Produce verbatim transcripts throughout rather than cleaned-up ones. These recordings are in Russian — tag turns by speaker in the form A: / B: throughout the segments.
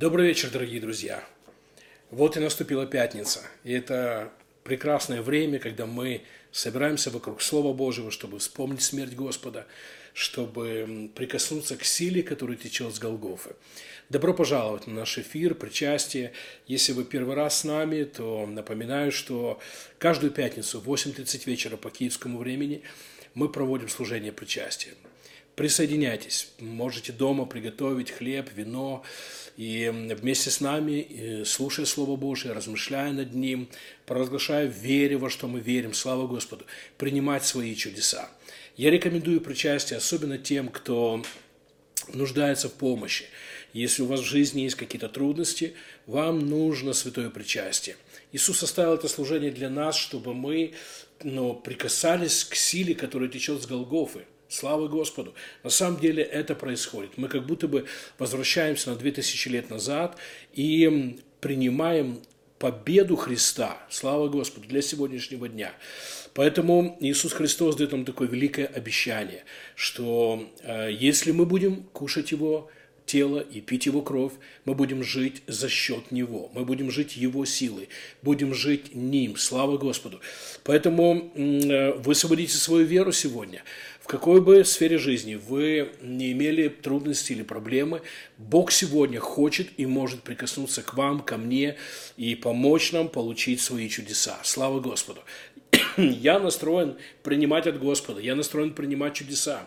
A: Добрый вечер, дорогие друзья. Вот и наступила пятница. И это прекрасное время, когда мы собираемся вокруг Слова Божьего, чтобы вспомнить смерть Господа, чтобы прикоснуться к силе, которая течет с Голгофы. Добро пожаловать на наш эфир, причастие. Если вы первый раз с нами, то напоминаю, что каждую пятницу в восемь тридцать вечера по киевскому времени мы проводим служение причастия. Присоединяйтесь, можете дома приготовить хлеб, вино, и вместе с нами, слушая Слово Божие, размышляя над ним, провозглашая в вере, во что мы верим, слава Господу, принимать свои чудеса. Я рекомендую причастие особенно тем, кто нуждается в помощи. Если у вас в жизни есть какие-то трудности, вам нужно святое причастие. Иисус оставил это служение для нас, чтобы мы ну, прикасались к силе, которая течет с Голгофы. Слава Господу! На самом деле это происходит. Мы как будто бы возвращаемся на две тысячи лет назад и принимаем победу Христа, слава Господу, для сегодняшнего дня. Поэтому Иисус Христос дает нам такое великое обещание, что э, если мы будем кушать Его тело и пить Его кровь, мы будем жить за счет Него, мы будем жить Его силой, будем жить Ним, слава Господу. Поэтому э, высвободите свою веру сегодня. В какой бы сфере жизни вы не имели трудности или проблемы, Бог сегодня хочет и может прикоснуться к вам, ко мне и помочь нам получить свои чудеса. Слава Господу! Я настроен принимать от Господа, я настроен принимать чудеса.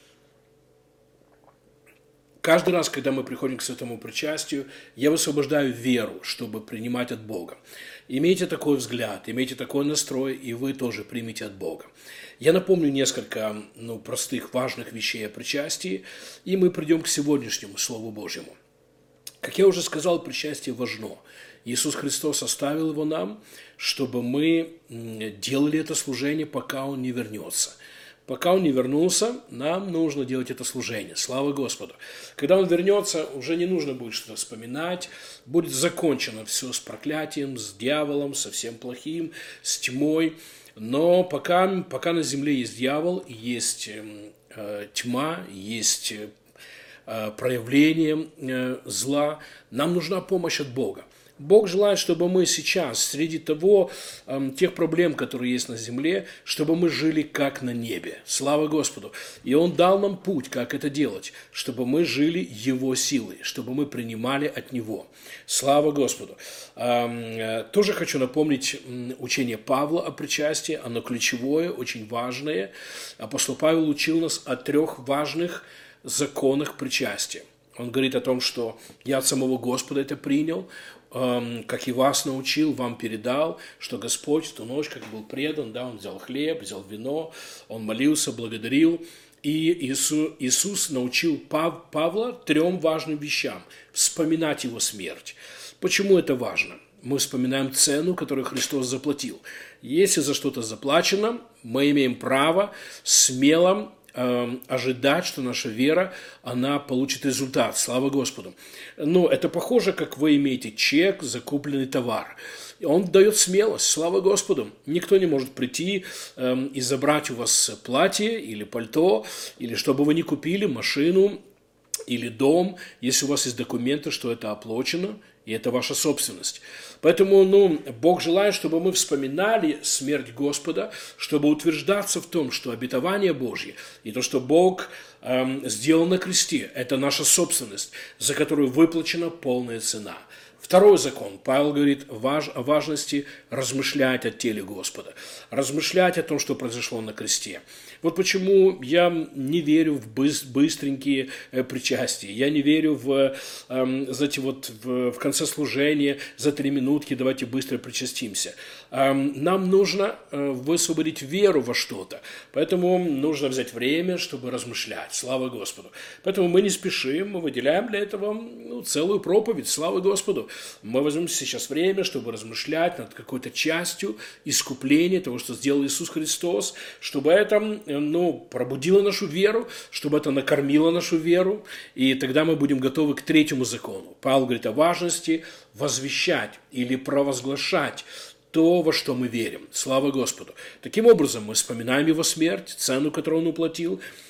A: Каждый раз, когда мы приходим к святому причастию, я высвобождаю веру, чтобы принимать от Бога. Имейте такой взгляд, имейте такой настрой, и вы тоже примите от Бога. Я напомню несколько ну, простых, важных вещей о причастии, и мы придем к сегодняшнему Слову Божьему. Как я уже сказал, причастие важно. Иисус Христос оставил его нам, чтобы мы делали это служение, пока Он не вернется. Пока Он не вернулся, нам нужно делать это служение. Слава Господу! Когда Он вернется, уже не нужно будет что-то вспоминать. Будет закончено все с проклятием, с дьяволом, со всем плохим, с тьмой. Но пока, пока на земле есть дьявол, есть э, тьма, есть э, проявление э, зла, нам нужна помощь от Бога. Бог желает, чтобы мы сейчас, среди того, э, тех проблем, которые есть на земле, чтобы мы жили как на небе. Слава Господу! И Он дал нам путь, как это делать, чтобы мы жили Его силой, чтобы мы принимали от Него. Слава Господу! Э, э, тоже хочу напомнить учение Павла о причастии, оно ключевое, очень важное. Апостол Павел учил нас о трех важных законах причастия. Он говорит о том, что я от самого Господа это принял, как и вас научил, вам передал, что Господь в ту ночь, как был предан, да, Он взял хлеб, взял вино, Он молился, благодарил. И Иисус, Иисус научил Павла трем важным вещам – вспоминать Его смерть. Почему это важно? Мы вспоминаем цену, которую Христос заплатил. Если за что-то заплачено, мы имеем право смело ожидать, что наша вера, она получит результат. Слава Господу. Но это похоже, как вы имеете чек, закупленный товар. Он дает смелость. Слава Господу. Никто не может прийти э, и забрать у вас платье или пальто, или чтобы вы не купили машину или дом, если у вас есть документы, что это оплачено, и это ваша собственность. Поэтому ну, Бог желает, чтобы мы вспоминали смерть Господа, чтобы утверждаться в том, что обетование Божье и то, что Бог эм, сделал на кресте, это наша собственность, за которую выплачена полная цена. Второй закон. Павел говорит важ, о важности размышлять о теле Господа, размышлять о том, что произошло на кресте. Вот почему я не верю в быстренькие причастия, я не верю в, знаете, вот в, в конце служения за три минутки давайте быстро причастимся. Нам нужно высвободить веру во что-то, поэтому нужно взять время, чтобы размышлять. Слава Господу. Поэтому мы не спешим, мы выделяем для этого ну, целую проповедь. Слава Господу. Мы возьмем сейчас время, чтобы размышлять над какой-то частью искупления того, что сделал Иисус Христос, чтобы это ну, пробудило нашу веру, чтобы это накормило нашу веру, и тогда мы будем готовы к третьему закону. Павел говорит о важности возвещать или провозглашать то, во что мы верим. Слава Господу. Таким образом, мы вспоминаем Его смерть, цену, которую Он уплатил,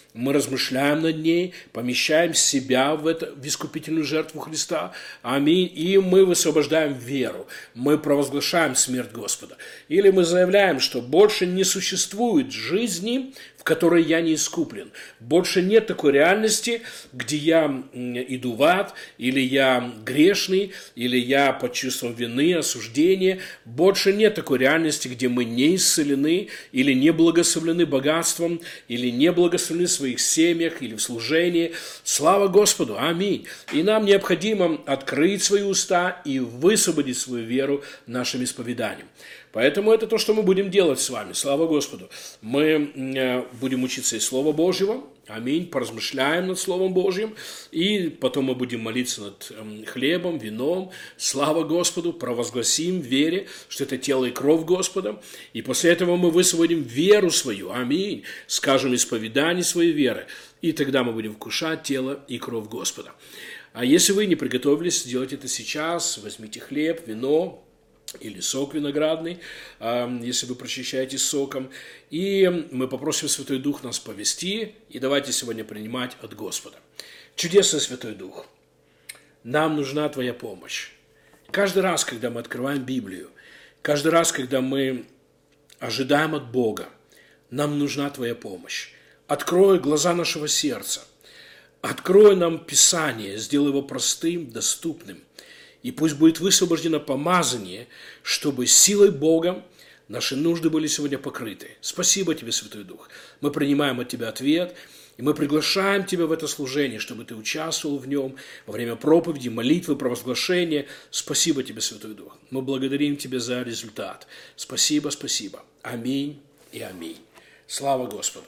A: мы размышляем над ней, помещаем себя в, это, в искупительную жертву Христа. Аминь. И мы высвобождаем веру. Мы провозглашаем смерть Господа. Или мы заявляем, что больше не существует жизни, в которой я не искуплен. Больше нет такой реальности, где я иду в ад, или я грешный, или я под чувством вины, осуждения. Больше нет такой реальности, где мы не исцелены, или не благословлены богатством, или не благословлены в своих семьях, или в служении. Слава Господу! Аминь! И нам необходимо открыть свои уста и высвободить свою веру нашим исповеданием. Поэтому это то, что мы будем делать с вами. Слава Господу. Мы будем учиться из Слова Божьего. Аминь. Поразмышляем над Словом Божьим. И потом мы будем молиться над хлебом, вином. Слава Господу. Провозгласим в вере, что это тело и кровь Господа. И после этого мы высвободим веру свою. Аминь. Скажем исповедание своей веры. И тогда мы будем вкушать тело и кровь Господа. А если вы не приготовились, сделайте это сейчас. Возьмите хлеб, вино или сок виноградный, если вы прочищаетесь соком. И мы попросим Святой Дух нас повести, и давайте сегодня принимать от Господа. Чудесный Святой Дух, нам нужна Твоя помощь. Каждый раз, когда мы открываем Библию, каждый раз, когда мы ожидаем от Бога, нам нужна Твоя помощь. Открой глаза нашего сердца, открой нам Писание, сделай его простым, доступным. И пусть будет высвобождено помазание, чтобы силой Бога наши нужды были сегодня покрыты. Спасибо Тебе, Святой Дух. Мы принимаем от Тебя ответ, и мы приглашаем Тебя в это служение, чтобы Ты участвовал в нем во время проповеди, молитвы, провозглашения. Спасибо Тебе, Святой Дух. Мы благодарим Тебя за результат. Спасибо, спасибо. Аминь и аминь. Слава Господу.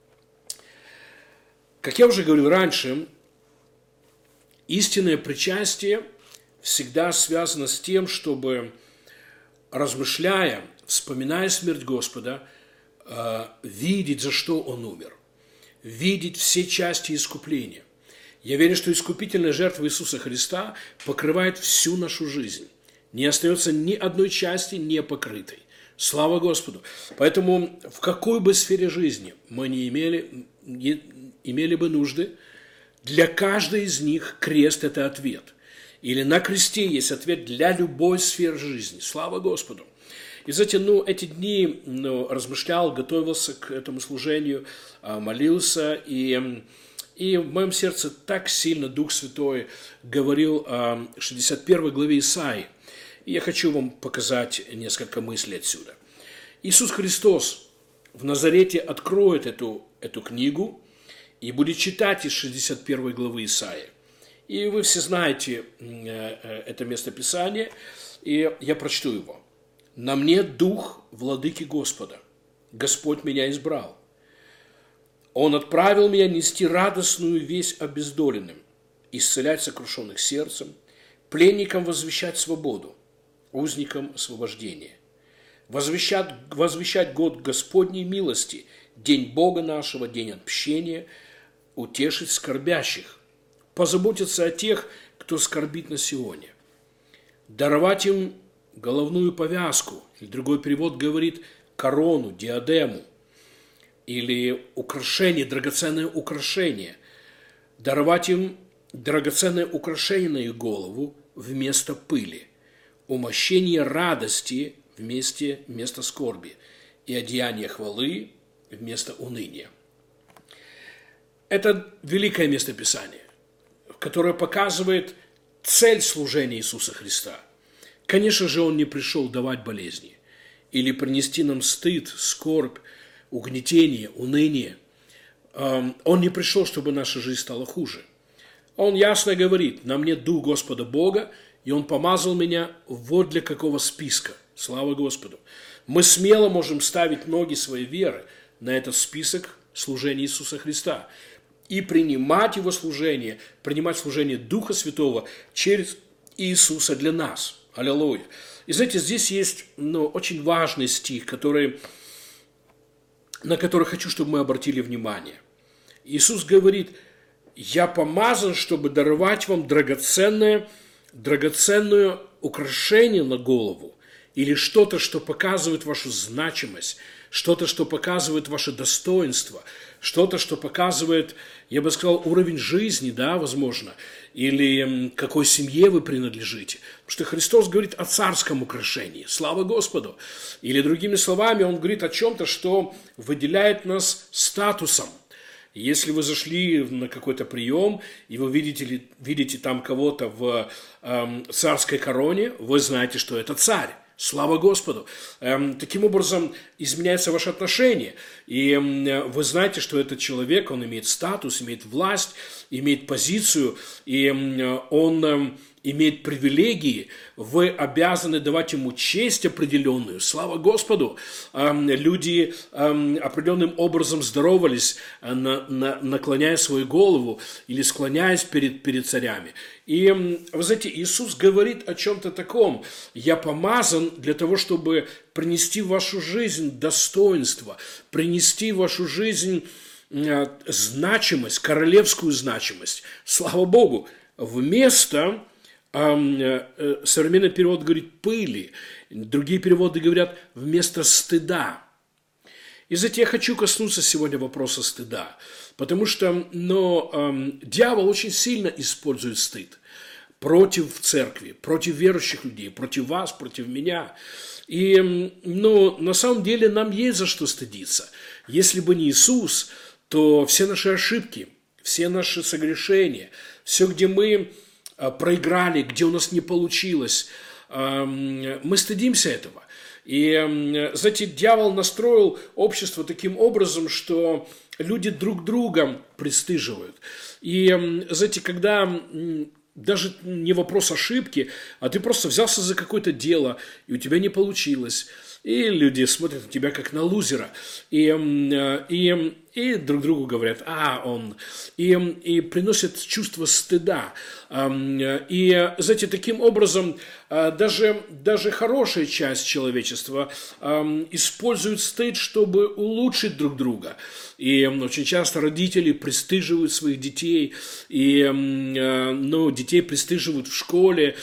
A: Как я уже говорил раньше, истинное причастие всегда связано с тем, чтобы, размышляя, вспоминая смерть Господа, видеть, за что Он умер, видеть все части искупления. Я верю, что искупительная жертва Иисуса Христа покрывает всю нашу жизнь. Не остается ни одной части не покрытой. Слава Господу! Поэтому в какой бы сфере жизни мы не имели, не имели бы нужды, для каждой из них крест – это ответ. Или на кресте есть ответ для любой сферы жизни. Слава Господу! И знаете, ну, эти дни ну, размышлял, готовился к этому служению, молился, и, и в моем сердце так сильно Дух Святой говорил о шестьдесят первой главе Исаии. И я хочу вам показать несколько мыслей отсюда. Иисус Христос в Назарете откроет эту, эту книгу и будет читать из шестьдесят первой главы Исаии. И вы все знаете это местописание, и я прочту его. «На мне дух владыки Господа, Господь меня избрал. Он отправил меня нести радостную весть обездоленным, исцелять сокрушенных сердцем, пленникам возвещать свободу, узникам освобождение, возвещать, возвещать год Господней милости, день Бога нашего, день отмщения, утешить скорбящих, позаботиться о тех, кто скорбит на Сионе, даровать им головную повязку, или другой перевод говорит корону, диадему, или украшение, драгоценное украшение, даровать им драгоценное украшение на их голову вместо пыли, умощение радости вместе, вместо скорби и одеяние хвалы вместо уныния». Это великое местописание, которое показывает цель служения Иисуса Христа. Конечно же, Он не пришел давать болезни или принести нам стыд, скорбь, угнетение, уныние. Он не пришел, чтобы наша жизнь стала хуже. Он ясно говорит: «На мне дух Господа Бога, и Он помазал меня вот для какого списка». Слава Господу! Мы смело можем ставить ноги своей веры на этот список служения Иисуса Христа и принимать Его служение, принимать служение Духа Святого через Иисуса для нас. Аллилуйя! И знаете, здесь есть ну, очень важный стих, который, на который хочу, чтобы мы обратили внимание. Иисус говорит: «Я помазан, чтобы даровать вам драгоценное, драгоценное украшение на голову или что-то, что показывает вашу значимость, что-то, что показывает ваше достоинство, что-то, что показывает, я бы сказал, уровень жизни, да, возможно, или какой семье вы принадлежите. Потому что Христос говорит о царском украшении. Слава Господу! Или другими словами, Он говорит о чем-то, что выделяет нас статусом. Если вы зашли на какой-то прием, и вы видите, видите там кого-то в э, царской короне, вы знаете, что это царь. Слава Господу! Эм, таким образом изменяется ваше отношение. И э, вы знаете, что этот человек, он имеет статус, имеет власть, имеет позицию, и э, он э, имеет привилегии. Вы обязаны давать ему честь определенную. Слава Господу! Эм, люди э, определенным образом здоровались, э, на, на, наклоняя свою голову или склоняясь перед, перед царями. И, вы знаете, Иисус говорит о чем-то таком. Я помазан для того, чтобы принести в вашу жизнь достоинство, принести в вашу жизнь значимость, королевскую значимость. Слава Богу! Вместо, э, современный перевод говорит, пыли, другие переводы говорят, вместо стыда. И знаете, я хочу коснуться сегодня вопроса стыда, потому что но, эм, дьявол очень сильно использует стыд против церкви, против верующих людей, против вас, против меня. И но, на самом деле нам есть за что стыдиться. Если бы не Иисус, то все наши ошибки, все наши согрешения, все, где мы проиграли, где у нас не получилось, эм, мы стыдимся этого. И, знаете, дьявол настроил общество таким образом, что люди друг друга пристыживают. И, знаете, когда даже не вопрос ошибки, а ты просто взялся за какое-то дело, и у тебя не получилось, и люди смотрят на тебя как на лузера, и, и, и друг другу говорят, а, он, и, и приносят чувство стыда. И, знаете, таким образом даже, даже хорошая часть человечества использует стыд, чтобы улучшить друг друга. И очень часто родители пристыживают своих детей, и ну, детей пристыживают в школе,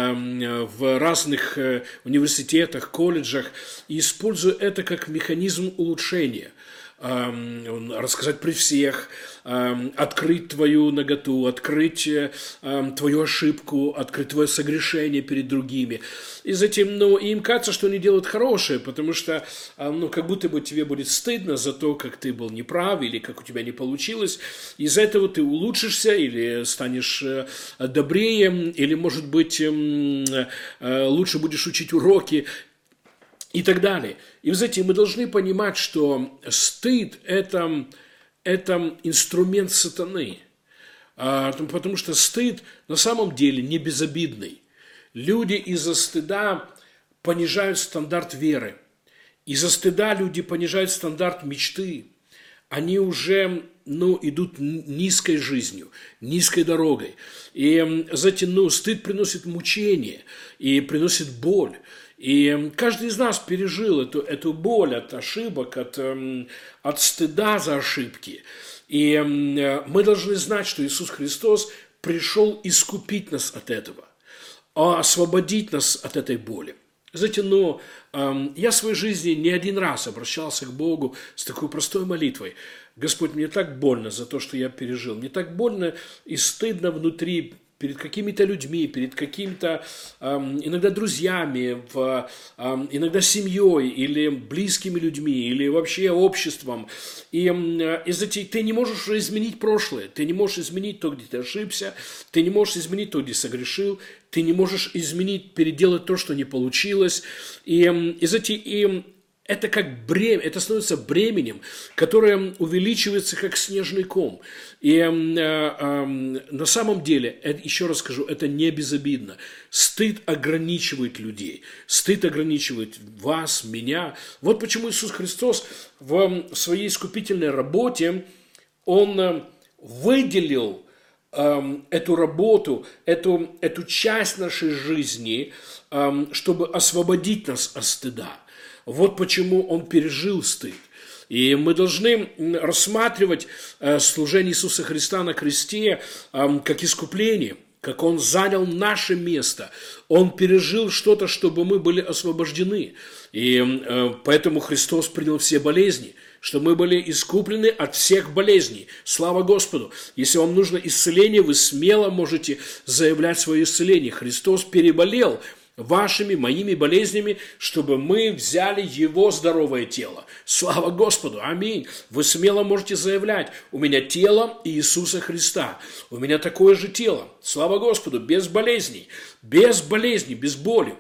A: в разных университетах, колледжах, и используя это как механизм улучшения. Рассказать при всех, открыть твою наготу, открыть твою ошибку, открыть твое согрешение перед другими. И затем, ну, им кажется, что они делают хорошее, потому что, ну, как будто бы тебе будет стыдно за то, как ты был неправ, или как у тебя не получилось. Из-за этого ты улучшишься, или станешь добрее, или, может быть, лучше будешь учить уроки, и так далее. И, вы знаете, мы должны понимать, что стыд – это, это инструмент сатаны. Потому что стыд на самом деле не безобидный. Люди из-за стыда понижают стандарт веры. Из-за стыда люди понижают стандарт мечты. Они уже, ну, идут низкой жизнью, низкой дорогой. И, знаете, ну, стыд приносит мучение и приносит боль. И каждый из нас пережил эту, эту боль от ошибок, от, от стыда за ошибки. И мы должны знать, что Иисус Христос пришел искупить нас от этого, освободить нас от этой боли. Знаете, ну, я в своей жизни не один раз обращался к Богу с такой простой молитвой. Господь, мне так больно за то, что я пережил. Мне так больно и стыдно внутри перед какими-то людьми, перед какими-то эм, иногда друзьями, в, эм, иногда семьей или близкими людьми, или вообще обществом. И, э, и знаете, ты не можешь уже изменить прошлое, ты не можешь изменить то, где ты ошибся, ты не можешь изменить то, где согрешил, ты не можешь изменить, переделать то, что не получилось. И, и знаете, и это как бремя, это становится бременем, которое увеличивается как снежный ком. И э, э, на самом деле, это, еще раз скажу, это не безобидно. Стыд ограничивает людей. Стыд ограничивает вас, меня. Вот почему Иисус Христос в своей искупительной работе, Он выделил э, эту работу, эту, эту часть нашей жизни, э, чтобы освободить нас от стыда. Вот почему он пережил стыд. И мы должны рассматривать служение Иисуса Христа на кресте как искупление. как Он занял наше место. Он пережил что-то, чтобы мы были освобождены. И э, поэтому Христос принял все болезни, чтобы мы были искуплены от всех болезней. Слава Господу! Если вам нужно исцеление, вы смело можете заявлять свое исцеление. Христос переболел вашими, моими болезнями, чтобы мы взяли Его здоровое тело. Слава Господу! Аминь! Вы смело можете заявлять: у меня тело Иисуса Христа. У меня такое же тело. Слава Господу! Без болезней. Без болезней, без боли.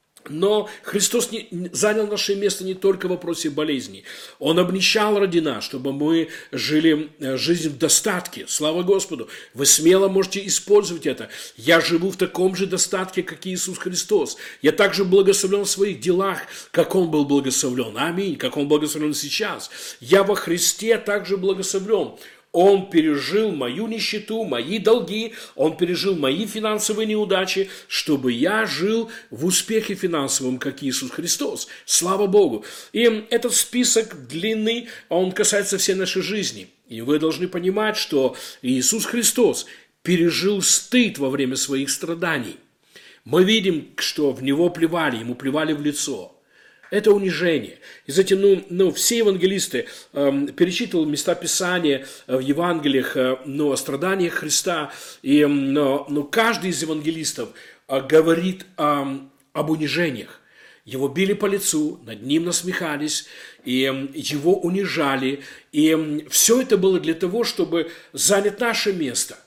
A: Но Христос не, занял наше место не только в вопросе болезней. Он обнищал ради нас, чтобы мы жили жизнь в достатке. Слава Господу! Вы смело можете использовать это. Я живу в таком же достатке, как и Иисус Христос. Я также благословлен в своих делах, как Он был благословлен. Аминь. Как Он благословлен сейчас. Я во Христе также благословлен. Он пережил мою нищету, мои долги, Он пережил мои финансовые неудачи, чтобы я жил в успехе финансовом, как Иисус Христос. Слава Богу! И этот список длинный, он касается всей нашей жизни. И вы должны понимать, что Иисус Христос пережил стыд во время своих страданий. Мы видим, что в Него плевали, Ему плевали в лицо. Это унижение. И знаете, ну, ну, все евангелисты э, перечитывали места Писания в Евангелиях э, ну, о страданиях Христа. И, э, но, но каждый из евангелистов э, говорит э, об унижениях. Его били по лицу, над ним насмехались, и э, его унижали. И э, все это было для того, чтобы занять наше место.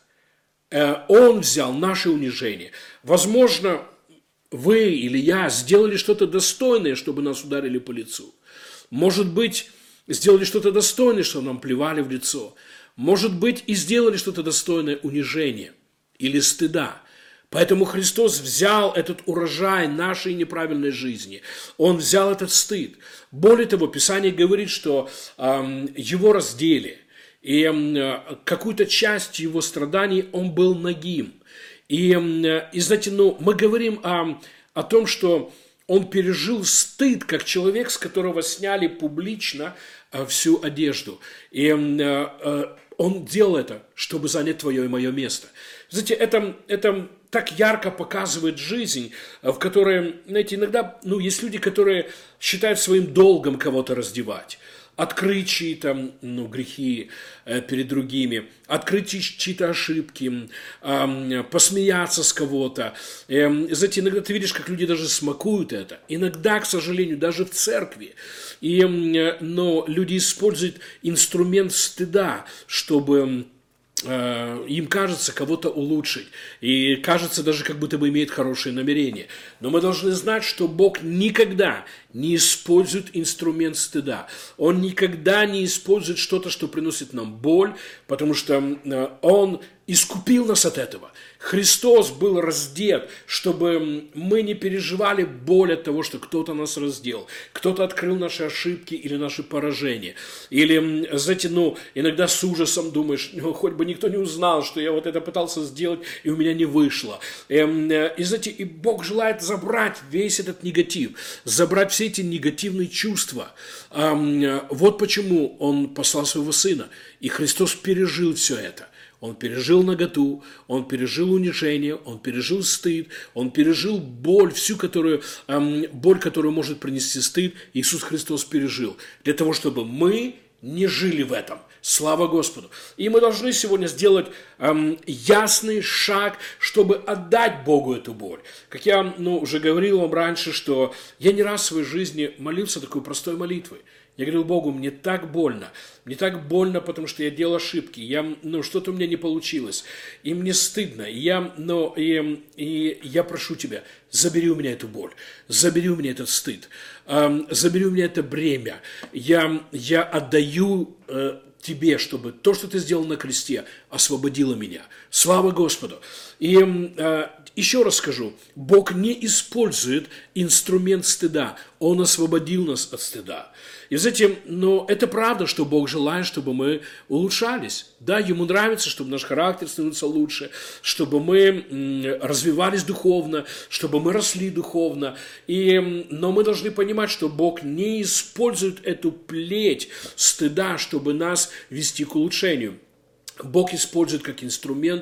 A: Э, он взял наше унижение. Возможно, вы или я сделали что-то достойное, чтобы нас ударили по лицу. Может быть, сделали что-то достойное, чтобы нам плевали в лицо. Может быть, и сделали что-то достойное унижения или стыда. Поэтому Христос взял этот урожай нашей неправильной жизни. Он взял этот стыд. Более того, Писание говорит, что э, Его раздели. И э, какую-то часть Его страданий Он был нагим. И, и знаете, ну, мы говорим о, о том, что Он пережил стыд, как человек, с которого сняли публично всю одежду. И Он делал это, чтобы занять твое и мое место. Знаете, это, это так ярко показывает жизнь, в которой, знаете, иногда, ну, есть люди, которые считают своим долгом кого-то раздевать. Открыть чьи-то ну, грехи э, перед другими, открыть чьи-то ошибки, э, посмеяться с кого-то. Э, знаете, иногда ты видишь, как люди даже смакуют это. Иногда, к сожалению, даже в церкви. И, э, но люди используют инструмент стыда, чтобы им кажется кого-то улучшить. И кажется даже, как будто бы имеет хорошие намерения. Но мы должны знать, что Бог никогда не использует инструмент стыда. Он никогда не использует что-то, что приносит нам боль, потому что Он искупил нас от этого. Христос был раздет, чтобы мы не переживали боль от того, что кто-то нас раздел, кто-то открыл наши ошибки или наши поражения. Или, знаете, ну, иногда с ужасом думаешь, ну, хоть бы никто не узнал, что я вот это пытался сделать, и у меня не вышло. И, знаете, и Бог желает забрать весь этот негатив, забрать все эти негативные чувства. Вот почему Он послал Своего Сына, и Христос пережил все это. Он пережил наготу, Он пережил унижение, Он пережил стыд, Он пережил боль, всю которую, эм, боль, которую может принести стыд, Иисус Христос пережил. Для того, чтобы мы не жили в этом. Слава Господу. И мы должны сегодня сделать эм, ясный шаг, чтобы отдать Богу эту боль. Как я ну, уже говорил вам раньше, что я не раз в своей жизни молился такой простой молитвой. Я говорил Богу, мне так больно, мне так больно, потому что я делал ошибки, я, ну, что-то у меня не получилось, и мне стыдно, и я, ну, и, и я прошу Тебя, забери у меня эту боль, забери у меня этот стыд, э, забери у меня это бремя, я, я отдаю э, Тебе, чтобы то, что Ты сделал на кресте, освободило меня. Слава Господу! И э, еще раз скажу, Бог не использует инструмент стыда, Он освободил нас от стыда. И, знаете, но это правда, что Бог желает, чтобы мы улучшались. Да, Ему нравится, чтобы наш характер становился лучше, чтобы мы развивались духовно, чтобы мы росли духовно. И, но мы должны понимать, что Бог не использует эту плеть стыда, чтобы нас вести к улучшению. Бог использует как инструмент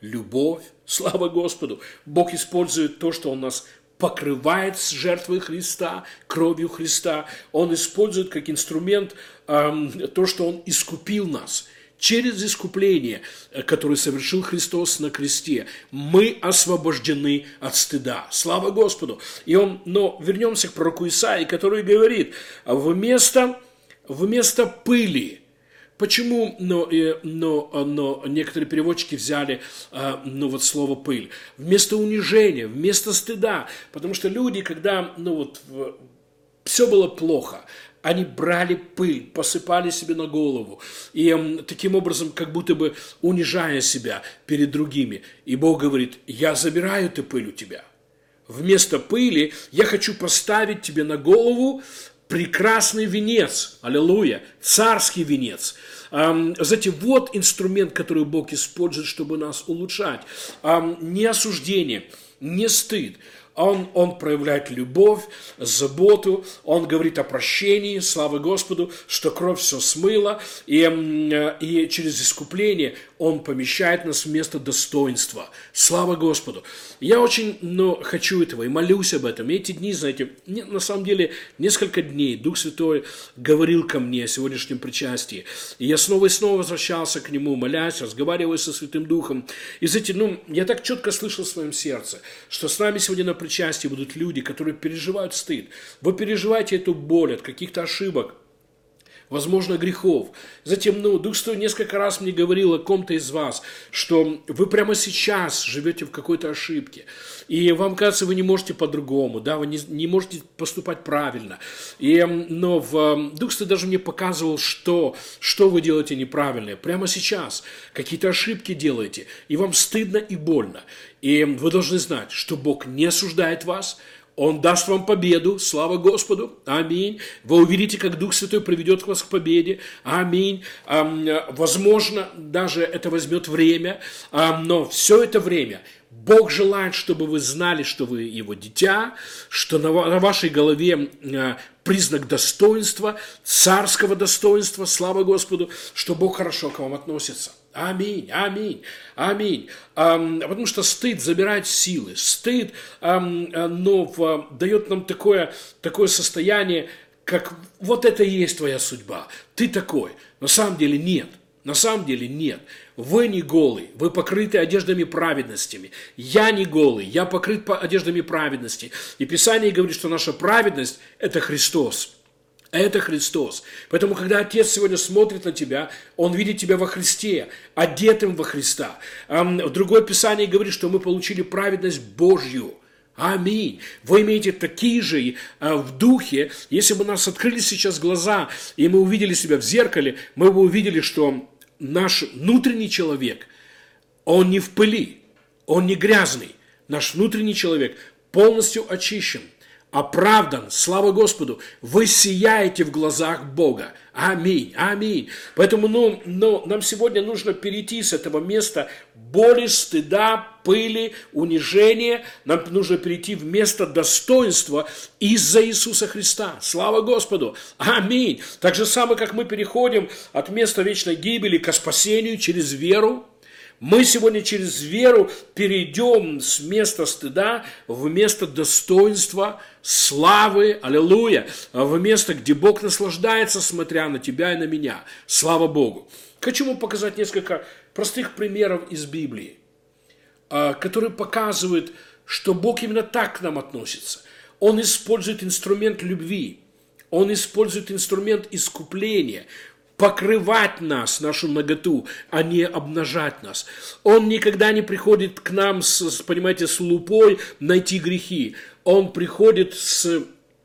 A: любовь. Слава Господу! Бог использует то, что Он нас покрывает с жертвой Христа, кровью Христа. Он использует как инструмент эм, то, что Он искупил нас. Через искупление, которое совершил Христос на кресте, мы освобождены от стыда. Слава Господу! И он, но вернемся к пророку Исаии, который говорит, вместо, вместо пыли. Почему? Но, но, но некоторые переводчики взяли ну, вот слово «пыль». Вместо унижения, вместо стыда. Потому что люди, когда ну, вот, все было плохо, они брали пыль, посыпали себе на голову. И э, таким образом, как будто бы унижая себя перед другими. И Бог говорит, я забираю эту пыль у тебя. Вместо пыли я хочу поставить тебе на голову прекрасный венец. Аллилуйя. Царский венец. Эм, знаете, вот инструмент, который Бог использует, чтобы нас улучшать. Эм, не осуждение, не стыд. Он, он проявляет любовь, заботу, он говорит о прощении, слава Господу, что кровь все смыла, и, и через искупление он помещает нас в место достоинства. Слава Господу. Я очень ну, хочу этого и молюсь об этом. И эти дни, знаете, на самом деле несколько дней Дух Святой говорил ко мне о сегодняшнем причастии. И я снова и снова возвращался к Нему, молясь, разговаривая со Святым Духом. И знаете, ну, я так четко слышал в своем сердце, что с нами сегодня на причастии будут люди, которые переживают стыд. Вы переживаете эту боль от каких-то ошибок, возможно, грехов. Затем, ну, Дух Святой несколько раз мне говорил о ком-то из вас, что вы прямо сейчас живете в какой-то ошибке. И вам кажется, вы не можете по-другому, да, вы не, не можете поступать правильно. И, но в, Дух Святой даже мне показывал, что, что вы делаете неправильно. Прямо сейчас какие-то ошибки делаете, и вам стыдно и больно. И вы должны знать, что Бог не осуждает вас, Он даст вам победу, слава Господу, аминь. Вы увидите, как Дух Святой приведет вас к победе, аминь. Возможно, даже это возьмет время, но все это время Бог желает, чтобы вы знали, что вы Его дитя, что на вашей голове признак достоинства, царского достоинства, слава Господу, что Бог хорошо к вам относится. Аминь, аминь, аминь. Потому что стыд забирает силы. Стыд но, дает нам такое, такое состояние, как вот это и есть твоя судьба. Ты такой. На самом деле нет. На самом деле нет. Вы не голый, вы покрыты одеждами праведностями. Я не голый, я покрыт одеждами праведности. И Писание говорит, что наша праведность – это Христос. Это Христос. Поэтому, когда Отец сегодня смотрит на тебя, Он видит тебя во Христе, одетым во Христа. В другое Писание говорит, что мы получили праведность Божью. Аминь. Вы имеете такие же в духе. Если бы у нас открылись сейчас глаза, и мы увидели себя в зеркале, мы бы увидели, что наш внутренний человек, он не в пыли, он не грязный. Наш внутренний человек полностью очищен, оправдан, слава Господу, вы сияете в глазах Бога. Аминь, аминь. Поэтому ну, ну, нам сегодня нужно перейти с этого места боли, стыда, пыли, унижения. Нам нужно перейти в место достоинства из-за Иисуса Христа. Слава Господу. Аминь. Так же самое, как мы переходим от места вечной гибели к спасению через веру, мы сегодня через веру перейдем с места стыда в место достоинства, славы, аллилуйя, в место, где Бог наслаждается, смотря на тебя и на меня. Слава Богу. Хочу вам показать несколько простых примеров из Библии, которые показывают, что Бог именно так к нам относится. Он использует инструмент любви, Он использует инструмент искупления, покрывать нас, нашу наготу, а не обнажать нас. Он никогда не приходит к нам, с, понимаете, с лупой найти грехи. Он приходит с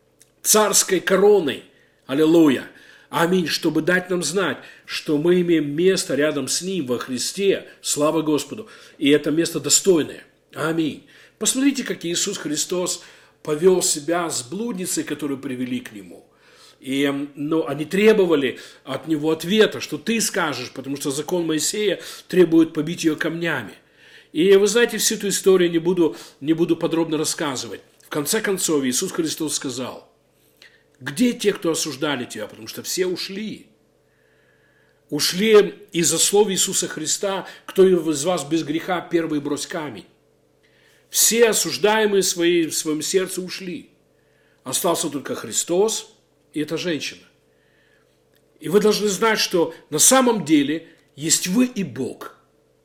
A: царской короной. Аллилуйя. Аминь. Чтобы дать нам знать, что мы имеем место рядом с Ним во Христе. Слава Господу. И это место достойное. Аминь. Посмотрите, как Иисус Христос повел себя с блудницей, которую привели к Нему. И, но они требовали от него ответа, что ты скажешь, потому что закон Моисея требует побить ее камнями. И вы знаете, всю эту историю не буду, не буду подробно рассказывать. В конце концов, Иисус Христос сказал: где те, кто осуждали тебя? Потому что все ушли. ушли из-за слов Иисуса Христа, кто из вас без греха, первый брось камень. Все осуждаемые свои, в своем сердце ушли. Остался только Христос и эта женщина. И вы должны знать, что на самом деле есть вы и Бог.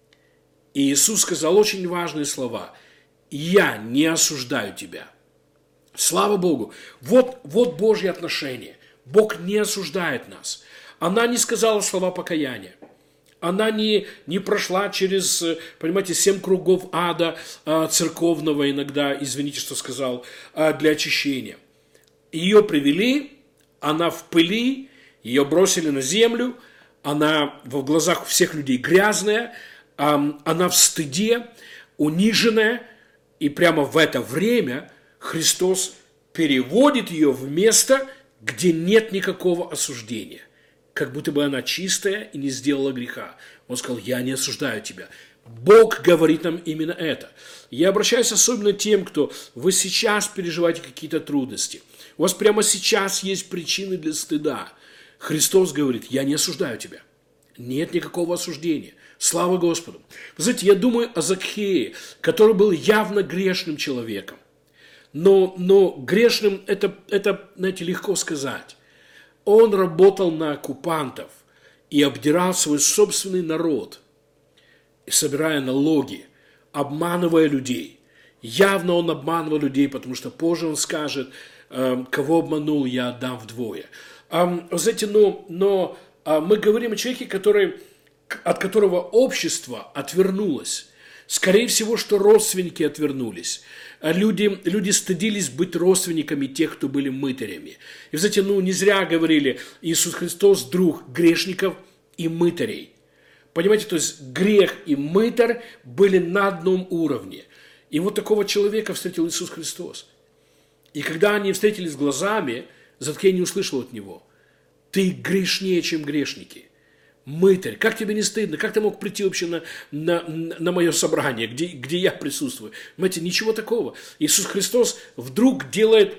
A: И Иисус сказал очень важные слова. «Я не осуждаю тебя». Слава Богу. Вот, вот Божьи отношения. Бог не осуждает нас. Она не сказала слова покаяния. Она не, не прошла через, понимаете, семь кругов ада церковного иногда, извините, что сказал, для очищения. Ее привели, она в пыли, ее бросили на землю, она в глазах всех людей грязная, она в стыде, униженная, и прямо в это время Христос переводит ее в место, где нет никакого осуждения. Как будто бы она чистая и не сделала греха. Он сказал, я не осуждаю тебя. Бог говорит нам именно это. Я обращаюсь особенно к тем, кто вы сейчас переживаете какие-то трудности. У вас прямо сейчас есть причины для стыда. Христос говорит, я не осуждаю тебя. Нет никакого осуждения. Слава Господу. Вы знаете, я думаю о Закхее, который был явно грешным человеком. Но, но грешным это, это, знаете, легко сказать. Он работал на оккупантов и обдирал свой собственный народ, собирая налоги, обманывая людей. Явно он обманывал людей, потому что позже он скажет, кого обманул, я отдам вдвое. Вы знаете, но, но мы говорим о человеке, который, от которого общество отвернулось. Скорее всего, что родственники отвернулись. Люди, люди стыдились быть родственниками тех, кто были мытарями. И, знаете, ну не зря говорили, Иисус Христос друг грешников и мытарей. Понимаете, то есть грех и мытарь были на одном уровне. И вот такого человека встретил Иисус Христос. И когда они встретились глазами, Закхей не услышал от него. Ты грешнее, чем грешники. Мытарь, как тебе не стыдно? Как ты мог прийти вообще на, на, на мое собрание, где, где я присутствую? Понимаете, ничего такого. Иисус Христос вдруг делает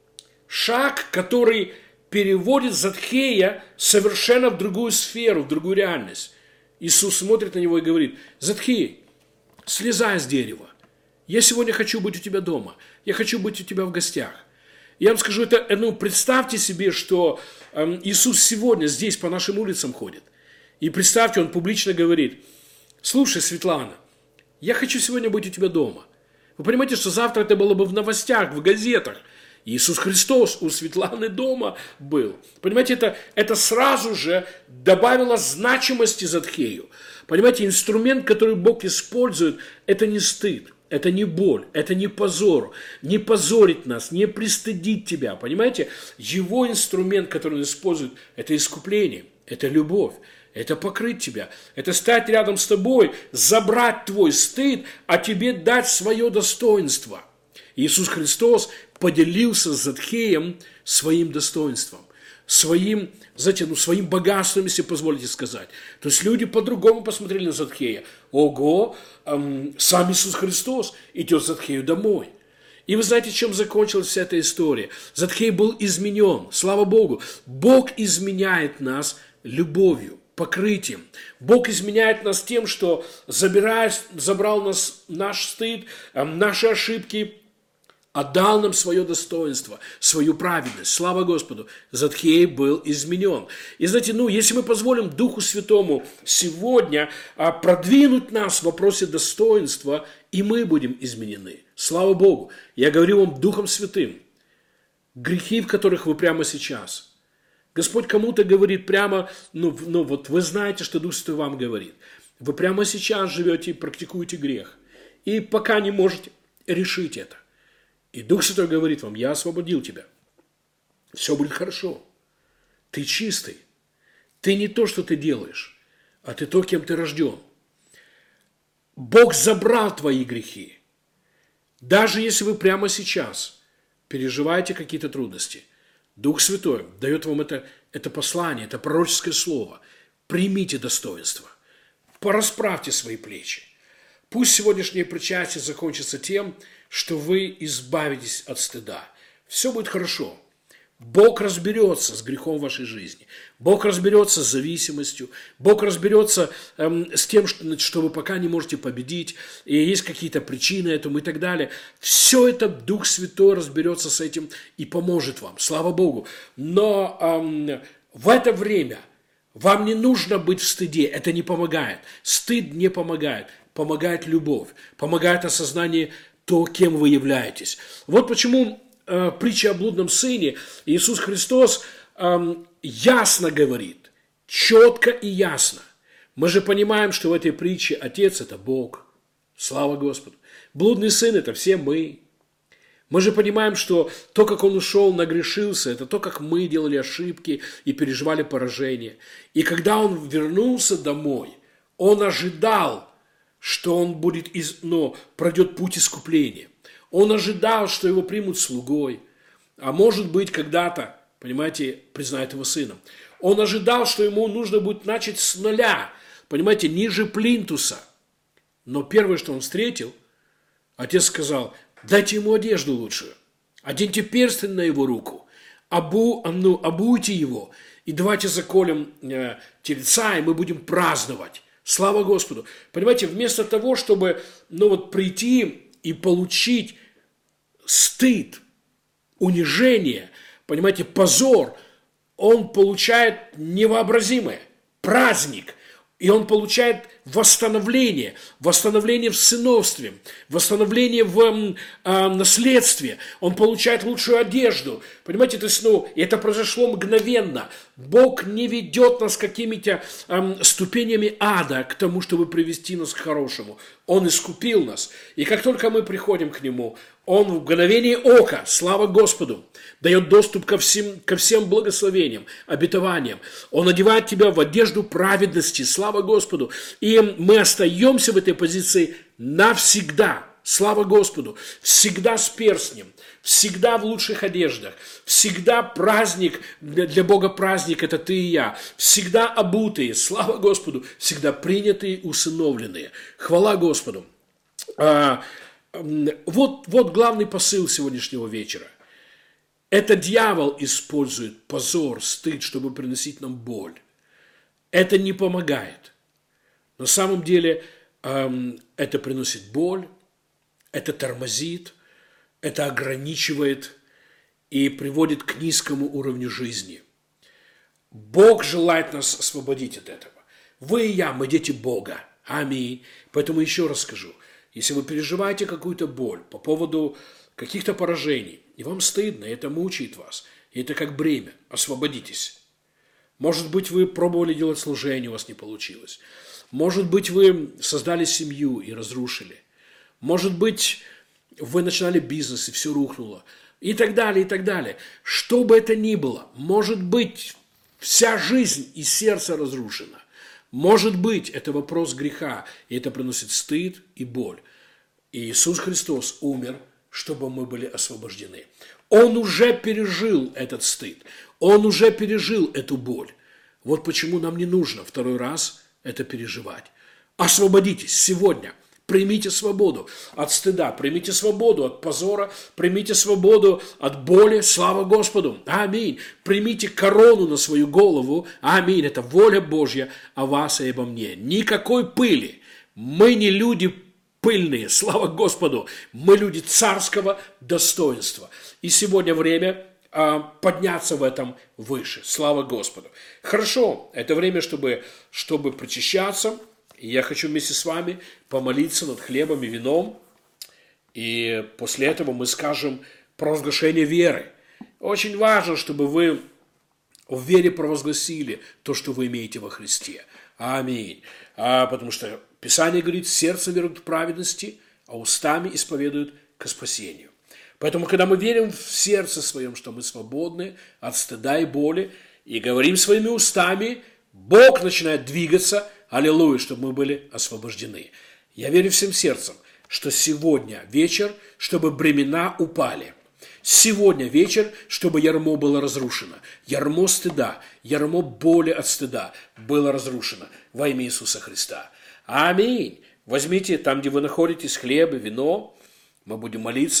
A: шаг, который переводит Закхея совершенно в другую сферу, в другую реальность. Иисус смотрит на него и говорит, Закхей, слезай с дерева. Я сегодня хочу быть у тебя дома. Я хочу быть у тебя в гостях. Я вам скажу, это, ну, представьте себе, что э, Иисус сегодня здесь по нашим улицам ходит. И представьте, он публично говорит, слушай, Светлана, я хочу сегодня быть у тебя дома. Вы понимаете, что завтра это было бы в новостях, в газетах. Иисус Христос у Светланы дома был. Понимаете, это, это сразу же добавило значимости Закхею. Понимаете, инструмент, который Бог использует, это не стыд. Это не боль, это не позор, не позорить нас, не пристыдить тебя, понимаете? Его инструмент, который он использует, это искупление, это любовь, это покрыть тебя, это стать рядом с тобой, забрать твой стыд, а тебе дать свое достоинство. Иисус Христос поделился с Закхеем своим достоинством, своим, знаете, ну, своим богатством, если позволите сказать. То есть люди по-другому посмотрели на Закхея. Ого, эм, сам Иисус Христос идет Закхею домой. И вы знаете, чем закончилась вся эта история? Закхей был изменен, слава Богу. Бог изменяет нас любовью, покрытием. Бог изменяет нас тем, что забирая, забрал нас, наш стыд, эм, наши ошибки, отдал нам свое достоинство, свою праведность. Слава Господу, Закхей был изменен. И знаете, ну, если мы позволим Духу Святому сегодня продвинуть нас в вопросе достоинства, и мы будем изменены. Слава Богу. Я говорю вам Духом Святым. Грехи, в которых вы прямо сейчас. Господь кому-то говорит прямо, ну, ну вот вы знаете, что Дух Святой вам говорит. Вы прямо сейчас живете и практикуете грех. И пока не можете решить это. И Дух Святой говорит вам, я освободил тебя. Все будет хорошо. Ты чистый. Ты не то, что ты делаешь, а ты то, кем ты рожден. Бог забрал твои грехи. Даже если вы прямо сейчас переживаете какие-то трудности, Дух Святой дает вам это, это послание, это пророческое слово. Примите достоинство. Порасправьте свои плечи. Пусть сегодняшнее причастие закончится тем, что вы избавитесь от стыда. Все будет хорошо. Бог разберется с грехом в вашей жизни. Бог разберется с зависимостью. Бог разберется эм, с тем, что, что вы пока не можете победить. И есть какие-то причины этому и так далее. Все это Дух Святой разберется с этим и поможет вам. Слава Богу. Но эм, в это время вам не нужно быть в стыде. Это не помогает. Стыд не помогает. Помогает любовь. Помогает осознание того, кем вы являетесь. Вот почему э, притча о блудном сыне Иисус Христос э, ясно говорит, четко и ясно. Мы же понимаем, что в этой притче Отец – это Бог. Слава Господу. Блудный сын – это все мы. Мы же понимаем, что то, как он ушел, нагрешился, это то, как мы делали ошибки и переживали поражение. И когда он вернулся домой, он ожидал, что он будет, из, ну, пройдет путь искупления. Он ожидал, что его примут слугой, а может быть, когда-то, понимаете, признают его сыном. Он ожидал, что ему нужно будет начать с нуля, понимаете, ниже плинтуса. Но первое, что он встретил, отец сказал: дайте ему одежду лучшую, оденьте перстень на его руку, обу, ну, обуйте его, и давайте заколем э, тельца, и мы будем праздновать. Слава Господу. Понимаете, вместо того, чтобы ну, вот, прийти и получить стыд, унижение, понимаете, позор, он получает невообразимое, праздник. И он получает восстановление, восстановление в сыновстве, восстановление в э, наследстве. Он получает лучшую одежду. Понимаете, то есть, ну, это произошло мгновенно. Бог не ведет нас какими-то э, ступенями ада к тому, чтобы привести нас к хорошему. Он искупил нас. И как только мы приходим к Нему, Он в мгновение ока, слава Господу, дает доступ ко всем, ко всем благословениям, обетованиям. Он одевает тебя в одежду праведности, слава Господу. И мы остаемся в этой позиции навсегда, слава Господу. Всегда с перстнем, всегда в лучших одеждах, всегда праздник, для Бога праздник – это ты и я. Всегда обутые, слава Господу, всегда принятые, усыновленные. Хвала Господу. А, вот, вот главный посыл сегодняшнего вечера. Это дьявол использует позор, стыд, чтобы приносить нам боль. Это не помогает. На самом деле эм, это приносит боль, это тормозит, это ограничивает и приводит к низкому уровню жизни. Бог желает нас освободить от этого. Вы и я, мы дети Бога. Аминь. Поэтому еще раз скажу, если вы переживаете какую-то боль по поводу каких-то поражений, и вам стыдно, и это мучает вас, и это как бремя, освободитесь. Может быть, вы пробовали делать служение, у вас не получилось. Может быть, вы создали семью и разрушили. Может быть, вы начинали бизнес, и все рухнуло. И так далее, и так далее. Что бы это ни было, может быть, вся жизнь и сердце разрушено. Может быть, это вопрос греха, и это приносит стыд и боль. И Иисус Христос умер, чтобы мы были освобождены. Он уже пережил этот стыд. Он уже пережил эту боль. Вот почему нам не нужно второй раз это переживать. Освободитесь сегодня. Примите свободу от стыда, примите свободу от позора, примите свободу от боли, слава Господу. Аминь. Примите корону на свою голову. Аминь. Это воля Божья о вас и обо мне. Никакой пыли. Мы не люди пыльные, слава Господу. Мы люди царского достоинства. И сегодня время а, подняться в этом выше. Слава Господу. Хорошо, это время, чтобы, чтобы причащаться. И я хочу вместе с вами помолиться над хлебом и вином. И после этого мы скажем провозглашение веры. Очень важно, чтобы вы в вере провозгласили то, что вы имеете во Христе. Аминь. А, потому что Писание говорит, сердце верует к праведности, а устами исповедуют к спасению. Поэтому, когда мы верим в сердце своем, что мы свободны от стыда и боли, и говорим своими устами, Бог начинает двигаться, аллилуйя, чтобы мы были освобождены. Я верю всем сердцем, что сегодня вечер, чтобы бремена упали. Сегодня вечер, чтобы ярмо было разрушено. Ярмо стыда, ярмо боли от стыда было разрушено во имя Иисуса Христа. Аминь. Возьмите там, где вы находитесь, хлеб и вино. Мы будем молиться.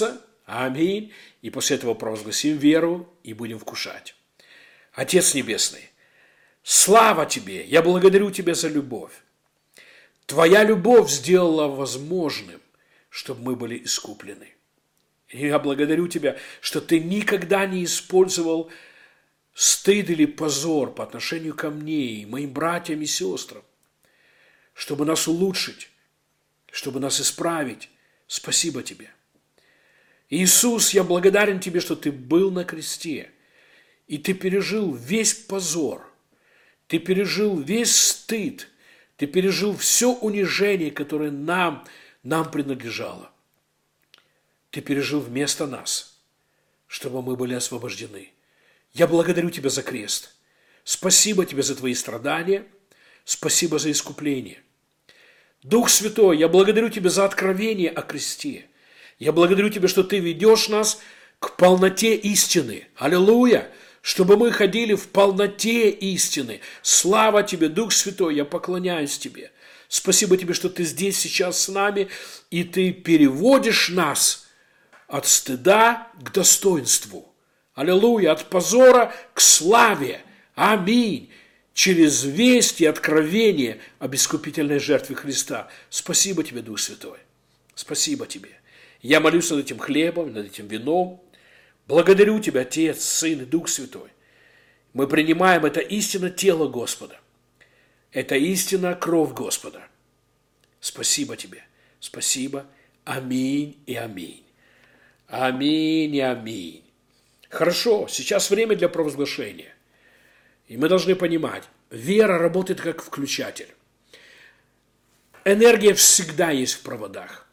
A: Аминь. И после этого провозгласим веру и будем вкушать. Отец Небесный, слава Тебе! Я благодарю Тебя за любовь. Твоя любовь сделала возможным, чтобы мы были искуплены. И я благодарю Тебя, что Ты никогда не использовал стыд или позор по отношению ко мне и моим братьям и сестрам, чтобы нас улучшить, чтобы нас исправить. Спасибо Тебе. Иисус, я благодарен Тебе, что Ты был на кресте, и Ты пережил весь позор, Ты пережил весь стыд, Ты пережил все унижение, которое нам, нам принадлежало. Ты пережил вместо нас, чтобы мы были освобождены. Я благодарю Тебя за крест. Спасибо Тебе за Твои страдания. Спасибо за искупление. Дух Святой, я благодарю Тебя за откровение о кресте. Я благодарю Тебя, что Ты ведешь нас к полноте истины. Аллилуйя! Чтобы мы ходили в полноте истины. Слава Тебе, Дух Святой, я поклоняюсь Тебе. Спасибо Тебе, что Ты здесь сейчас с нами, и Ты переводишь нас от стыда к достоинству. Аллилуйя! От позора к славе. Аминь! Через весть и откровение об искупительной жертве Христа. Спасибо Тебе, Дух Святой. Спасибо Тебе. Я молюсь над этим хлебом, над этим вином. Благодарю Тебя, Отец, Сын и Дух Святой. Мы принимаем это истинно тело Господа. Это истинно кровь Господа. Спасибо Тебе. Спасибо. Аминь и аминь. Аминь и аминь. Хорошо, сейчас время для провозглашения. И мы должны понимать, вера работает как включатель. Энергия всегда есть в проводах.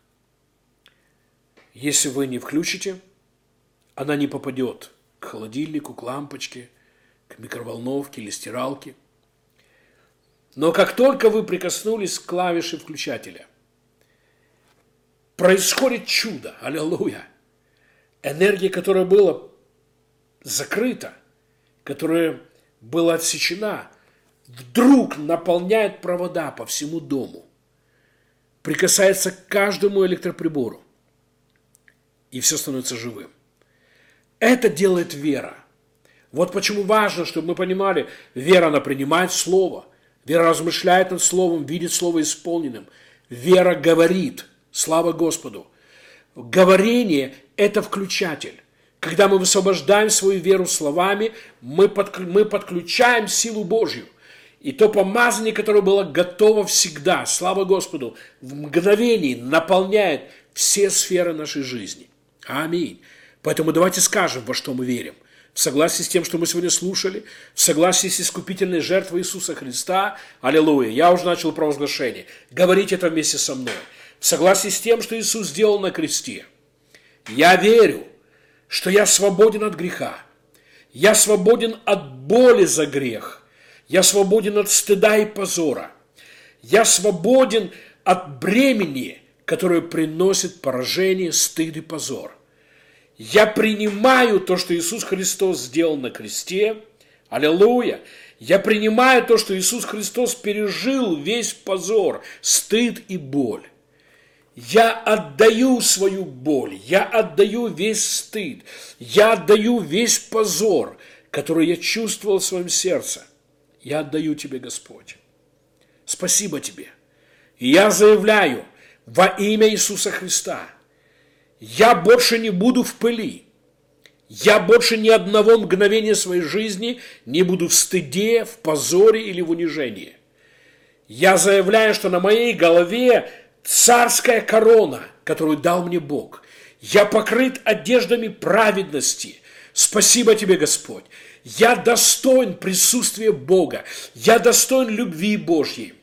A: Если вы не включите, она не попадет к холодильнику, к лампочке, к микроволновке или стиралке. Но как только вы прикоснулись к клавише включателя, происходит чудо. Аллилуйя! Энергия, которая была закрыта, которая была отсечена, вдруг наполняет провода по всему дому, прикасается к каждому электроприбору, и все становится живым. Это делает вера. Вот почему важно, чтобы мы понимали, вера, она принимает Слово, вера размышляет над Словом, видит Слово исполненным, вера говорит, слава Господу. Говорение – это включатель. Когда мы высвобождаем свою веру словами, мы, под, мы подключаем силу Божью. И то помазание, которое было готово всегда, слава Господу, в мгновении наполняет все сферы нашей жизни. Аминь. Поэтому давайте скажем, во что мы верим. В согласии с тем, что мы сегодня слушали, в согласии с искупительной жертвой Иисуса Христа. Аллилуйя. Я уже начал провозглашение. Говорите это вместе со мной. В согласии с тем, что Иисус сделал на кресте. Я верю, что я свободен от греха. Я свободен от боли за грех. Я свободен от стыда и позора. Я свободен от бремени, которое приносит поражение, стыд и позор. Я принимаю то, что Иисус Христос сделал на кресте. Аллилуйя. Я принимаю то, что Иисус Христос пережил весь позор, стыд и боль. Я отдаю свою боль, я отдаю весь стыд, я отдаю весь позор, который я чувствовал в своем сердце. Я отдаю Тебе, Господь. Спасибо Тебе. И я заявляю во имя Иисуса Христа, я больше не буду в пыли. Я больше ни одного мгновения своей жизни не буду в стыде, в позоре или в унижении. Я заявляю, что на моей голове царская корона, которую дал мне Бог. Я покрыт одеждами праведности. Спасибо Тебе, Господь. Я достоин присутствия Бога. Я достоин любви Божьей.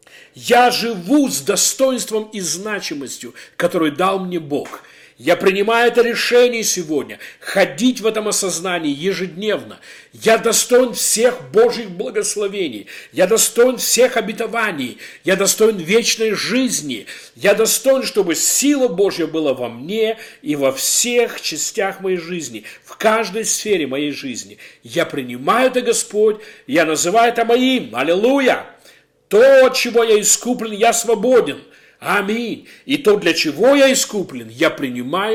A: Я живу с достоинством и значимостью, которую дал мне Бог. Я принимаю это решение сегодня, ходить в этом осознании ежедневно. Я достоин всех Божьих благословений. Я достоин всех обетований. Я достоин вечной жизни. Я достоин, чтобы сила Божья была во мне и во всех частях моей жизни, в каждой сфере моей жизни. Я принимаю это, Господь, я называю это моим. Аллилуйя! То, от чего я искуплен, я свободен. Аминь. И то, для чего я искуплен, я принимаю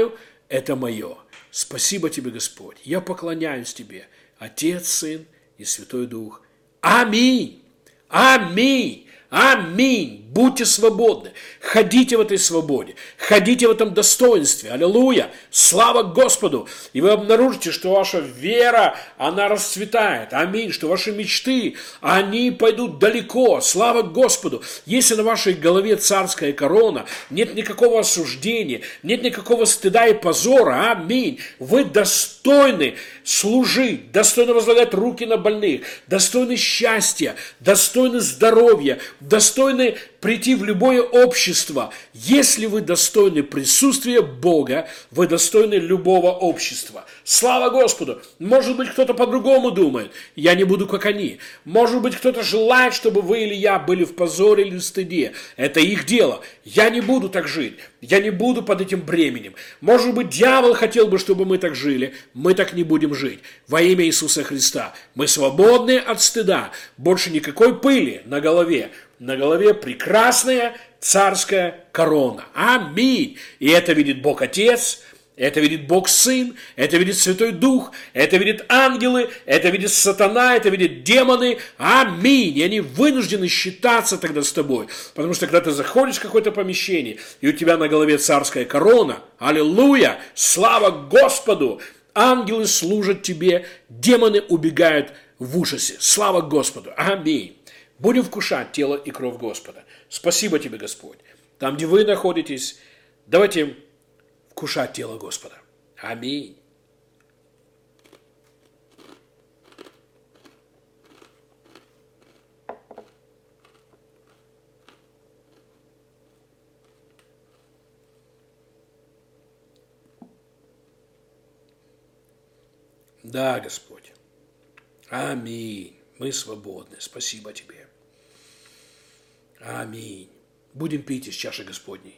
A: это мое. Спасибо тебе, Господь. Я поклоняюсь тебе, Отец, Сын и Святой Дух. Аминь. Аминь. Аминь. Будьте свободны. Ходите в этой свободе. Ходите в этом достоинстве. Аллилуйя. Слава Господу. И вы обнаружите, что ваша вера, она расцветает. Аминь. Что ваши мечты, они пойдут далеко. Слава Господу. Если на вашей голове царская корона, нет никакого осуждения, нет никакого стыда и позора. Аминь. Вы достойны служить, достойны возлагать руки на больных, достойны счастья, достойны здоровья, достойны прийти в любое общество. Если вы достойны присутствия Бога, вы достойны любого общества. Слава Господу! Может быть, кто-то по-другому думает. Я не буду, как они. Может быть, кто-то желает, чтобы вы или я были в позоре или в стыде. Это их дело. Я не буду так жить. Я не буду под этим бременем. Может быть, дьявол хотел бы, чтобы мы так жили. Мы так не будем жить. Во имя Иисуса Христа. Мы свободны от стыда. Больше никакой пыли на голове. На голове прекрасная царская корона. Аминь. И это видит Бог Отец, это видит Бог Сын, это видит Святой Дух, это видит ангелы, это видит сатана, это видит демоны. Аминь. И они вынуждены считаться тогда с тобой. Потому что когда ты заходишь в какое-то помещение, и у тебя на голове царская корона, аллилуйя, слава Господу, ангелы служат тебе, демоны убегают в ужасе. Слава Господу. Аминь. Будем вкушать тело и кровь Господа. Спасибо тебе, Господь. Там, где вы находитесь, давайте вкушать тело Господа. Аминь. Да, Господь. Аминь. Мы свободны. Спасибо тебе. Аминь. Будем пить из чаши Господней.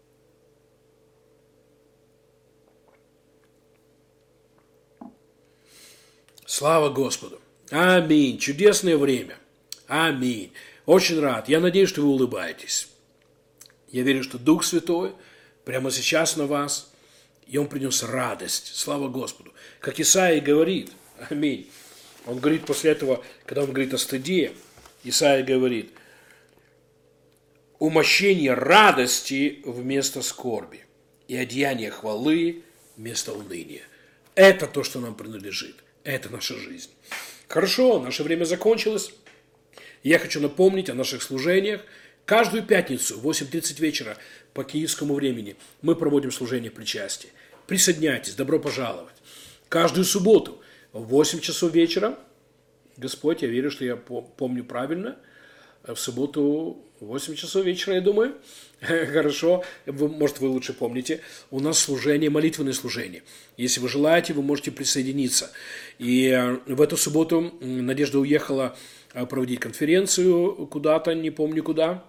A: Слава Господу. Аминь. Чудесное время. Аминь. Очень рад. Я надеюсь, что вы улыбаетесь. Я верю, что Дух Святой прямо сейчас на вас, и Он принес радость. Слава Господу. Как Исаия говорит. Аминь. Он говорит после этого, когда он говорит о стыде, Исаия говорит: умощение радости вместо скорби и одеяние хвалы вместо уныния. Это то, что нам принадлежит. Это наша жизнь. Хорошо, наше время закончилось. Я хочу напомнить о наших служениях. Каждую пятницу в восемь тридцать вечера по киевскому времени мы проводим служение причастия. Присоединяйтесь, добро пожаловать. Каждую субботу в восемь часов вечера, Господь, я верю, что я помню правильно, в субботу в восемь часов вечера, я думаю. Хорошо, вы, может, вы лучше помните. У нас служение, молитвенное служение. Если вы желаете, вы можете присоединиться. И в эту субботу Надежда уехала проводить конференцию куда-то, не помню куда.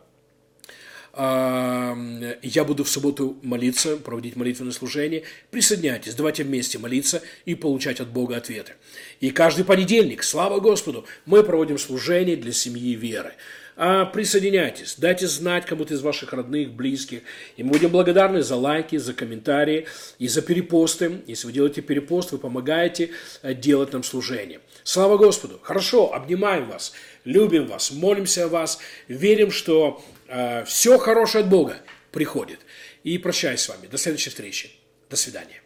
A: Я буду в субботу молиться, проводить молитвенное служение. Присоединяйтесь, давайте вместе молиться и получать от Бога ответы. И каждый понедельник, слава Господу, мы проводим служение для семьи веры. Присоединяйтесь, дайте знать кому-то из ваших родных, близких. И мы будем благодарны за лайки, за комментарии и за перепосты. Если вы делаете перепост, вы помогаете делать нам служение. Слава Господу! Хорошо, обнимаем вас, любим вас, молимся о вас, верим, что э, все хорошее от Бога приходит. И прощаюсь с вами. До следующей встречи. До свидания.